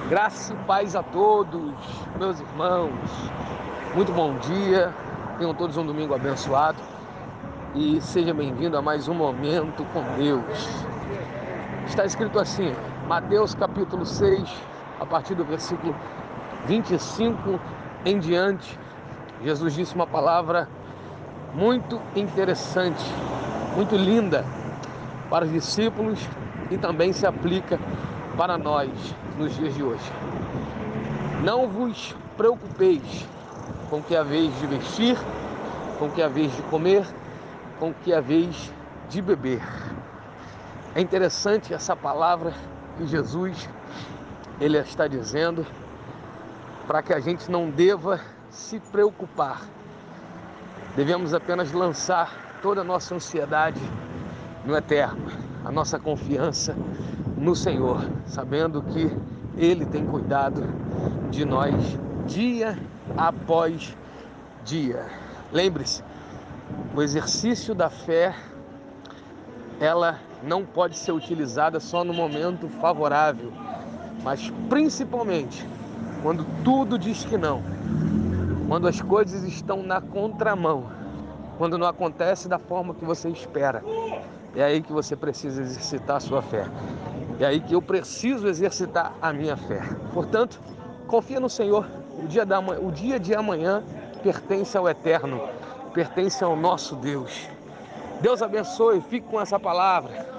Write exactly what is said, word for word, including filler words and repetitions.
Graça e paz a todos, meus irmãos. Muito bom dia. Tenham todos um domingo abençoado. E seja bem-vindo a mais um Momento com Deus. Está escrito assim, Mateus capítulo seis, a partir do versículo vinte e cinco em diante. Jesus disse uma palavra muito interessante, muito linda para os discípulos e também se aplica para nós nos dias de hoje. Não vos preocupeis com o que é a vez de vestir, com o que é a vez de comer, com o que é a vez de beber. É interessante essa palavra que Jesus ele está dizendo para que a gente não deva se preocupar. Devemos apenas lançar toda a nossa ansiedade no eterno, a nossa confiança no Senhor, sabendo que Ele tem cuidado de nós dia após dia. Lembre-se, o exercício da fé, ela não pode ser utilizada só no momento favorável, mas principalmente quando tudo diz que não, quando as coisas estão na contramão, quando não acontece da forma que você espera. É aí que você precisa exercitar a sua fé. É aí que eu preciso exercitar a minha fé. Portanto, confia no Senhor. O dia, da, o dia de amanhã pertence ao Eterno, pertence ao nosso Deus. Deus abençoe, fique com essa palavra.